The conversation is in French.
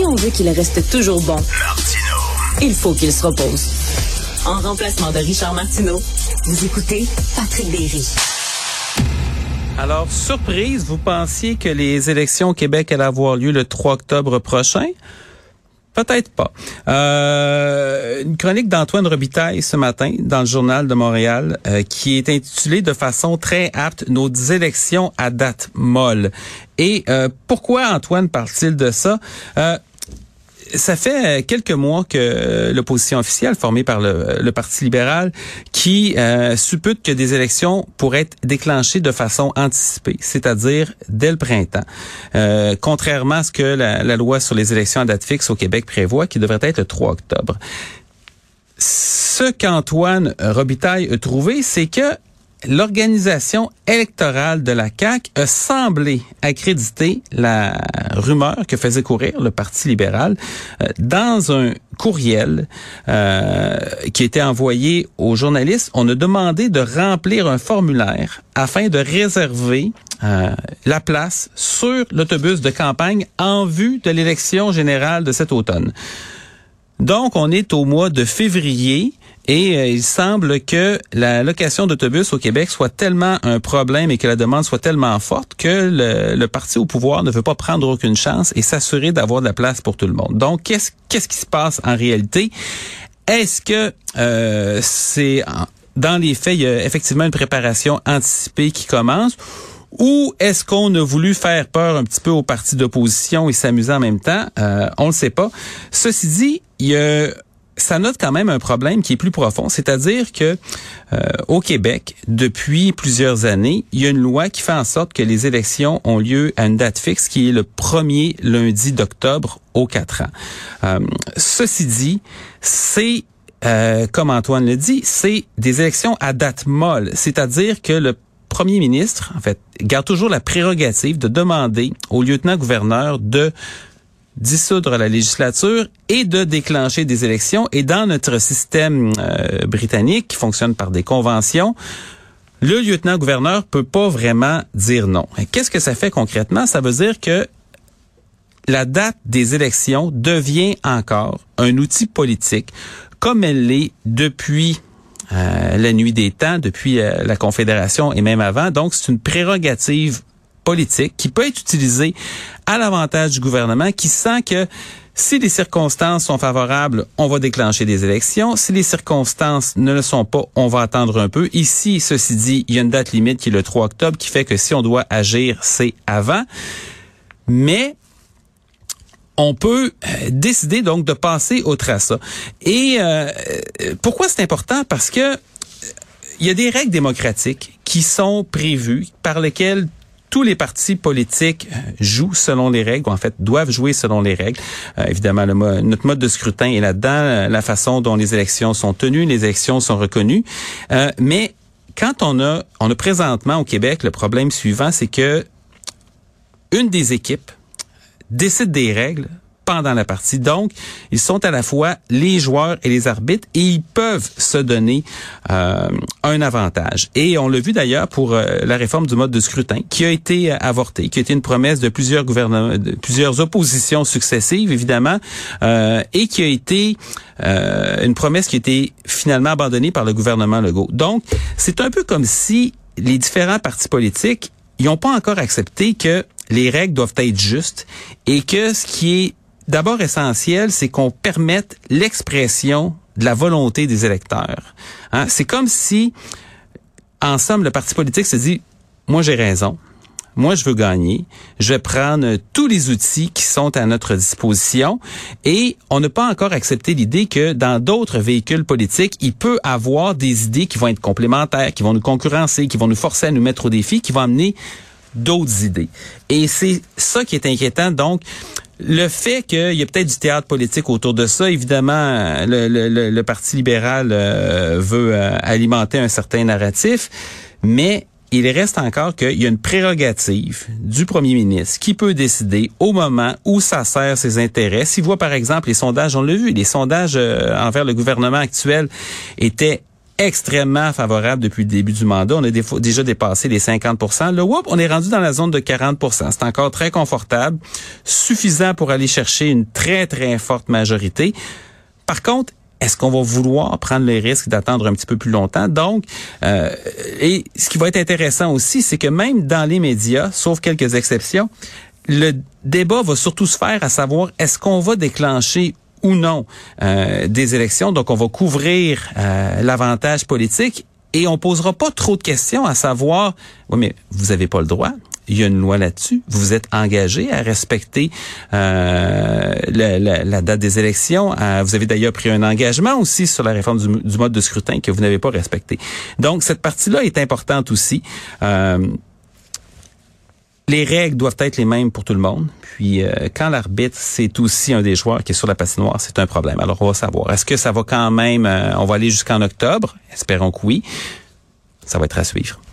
on veut qu'il reste toujours bon, Martineau, il faut qu'il se repose. En remplacement de Richard Martineau, vous écoutez Patrick Derry. Alors, surprise, vous pensiez que les élections au Québec allaient avoir lieu le 3 octobre prochain? Peut-être pas. Une chronique d'Antoine Robitaille ce matin dans le Journal de Montréal qui est intitulée de façon très apte « Nos élections à date molle ». Et pourquoi Antoine parle-t-il de ça? Ça fait quelques mois que l'opposition officielle, formée par le Parti libéral, qui suppute que des élections pourraient être déclenchées de façon anticipée, c'est-à-dire dès le printemps. Contrairement à ce que la loi sur les élections à date fixe au Québec prévoit, qui devrait être le 3 octobre. Ce qu'Antoine Robitaille a trouvé, c'est que l'organisation électorale de la CAQ a semblé accréditer la rumeur que faisait courir le Parti libéral dans un courriel qui a été envoyé aux journalistes. On a demandé de remplir un formulaire afin de réserver la place sur l'autobus de campagne en vue de l'élection générale de cet automne. Donc, on est au mois de février. Et il semble que la location d'autobus au Québec soit tellement un problème et que la demande soit tellement forte que le parti au pouvoir ne veut pas prendre aucune chance et s'assurer d'avoir de la place pour tout le monde. Donc, qu'est-ce qui se passe en réalité? Est-ce que dans les faits, il y a effectivement une préparation anticipée qui commence? Ou est-ce qu'on a voulu faire peur un petit peu aux partis d'opposition et s'amuser en même temps? On le sait pas. Ceci dit, ça note quand même un problème qui est plus profond, c'est-à-dire que au Québec, depuis plusieurs années, il y a une loi qui fait en sorte que les élections ont lieu à une date fixe qui est le premier lundi d'octobre aux 4 ans. Ceci dit, c'est, comme Antoine le dit, c'est des élections à date molle, c'est-à-dire que le premier ministre, en fait, garde toujours la prérogative de demander au lieutenant-gouverneur de dissoudre la législature et de déclencher des élections. Et dans notre système britannique, qui fonctionne par des conventions, le lieutenant-gouverneur peut pas vraiment dire non. Et qu'est-ce que ça fait concrètement? Ça veut dire que la date des élections devient encore un outil politique, comme elle l'est depuis la nuit des temps, depuis la Confédération et même avant. Donc, c'est une prérogative politique qui peut être utilisée à l'avantage du gouvernement qui sent que si les circonstances sont favorables, on va déclencher des élections. Si les circonstances ne le sont pas, on va attendre un peu. Ici, ceci dit, il y a une date limite qui est le 3 octobre qui fait que si on doit agir, c'est avant. Mais on peut décider donc de passer outre à ça. Et pourquoi c'est important? Parce que il y a des règles démocratiques qui sont prévues par lesquelles tous les partis politiques jouent selon les règles, ou en fait doivent jouer selon les règles. Évidemment, notre mode de scrutin est là-dedans, la façon dont les élections sont tenues, les élections sont reconnues. Mais quand on a présentement au Québec le problème suivant, c'est que une des équipes décide des règles pendant la partie. Donc, ils sont à la fois les joueurs et les arbitres et ils peuvent se donner un avantage. Et on l'a vu d'ailleurs pour la réforme du mode de scrutin qui a été avortée, qui a été une promesse de plusieurs gouvernements, de plusieurs oppositions successives, évidemment, et qui a été une promesse qui a été finalement abandonnée par le gouvernement Legault. Donc, c'est un peu comme si les différents partis politiques, ils n'ont pas encore accepté que les règles doivent être justes et que ce qui est d'abord essentiel, c'est qu'on permette l'expression de la volonté des électeurs. Hein? C'est comme si, en somme, le parti politique se dit, moi j'ai raison, moi je veux gagner, je vais prendre tous les outils qui sont à notre disposition et on n'a pas encore accepté l'idée que dans d'autres véhicules politiques, il peut avoir des idées qui vont être complémentaires, qui vont nous concurrencer, qui vont nous forcer à nous mettre au défi, qui vont amener d'autres idées. Et c'est ça qui est inquiétant. Donc, le fait qu'il y a peut-être du théâtre politique autour de ça, évidemment, le Parti libéral veut alimenter un certain narratif, mais il reste encore qu'il y a une prérogative du premier ministre qui peut décider au moment où ça sert ses intérêts. S'il voit, par exemple, les sondages, on l'a vu, les sondages envers le gouvernement actuel étaient extrêmement favorable depuis le début du mandat. On a déjà dépassé les 50%. Là, on est rendu dans la zone de 40%. C'est encore très confortable, suffisant pour aller chercher une très, très forte majorité. Par contre, est-ce qu'on va vouloir prendre le risque d'attendre un petit peu plus longtemps? Donc, et ce qui va être intéressant aussi, c'est que même dans les médias, sauf quelques exceptions, le débat va surtout se faire à savoir est-ce qu'on va déclencher ou non des élections. Donc, on va couvrir l'avantage politique et on posera pas trop de questions à savoir, oui, mais vous avez pas le droit. Il y a une loi là-dessus. Vous vous êtes engagé à respecter la date des élections. Vous avez d'ailleurs pris un engagement aussi sur la réforme du mode de scrutin que vous n'avez pas respecté. Donc, cette partie-là est importante aussi. Les règles doivent être les mêmes pour tout le monde. Puis, quand l'arbitre, c'est aussi un des joueurs qui est sur la patinoire, c'est un problème. Alors, on va savoir. Est-ce que ça va quand même... on va aller jusqu'en octobre? Espérons que oui. Ça va être à suivre.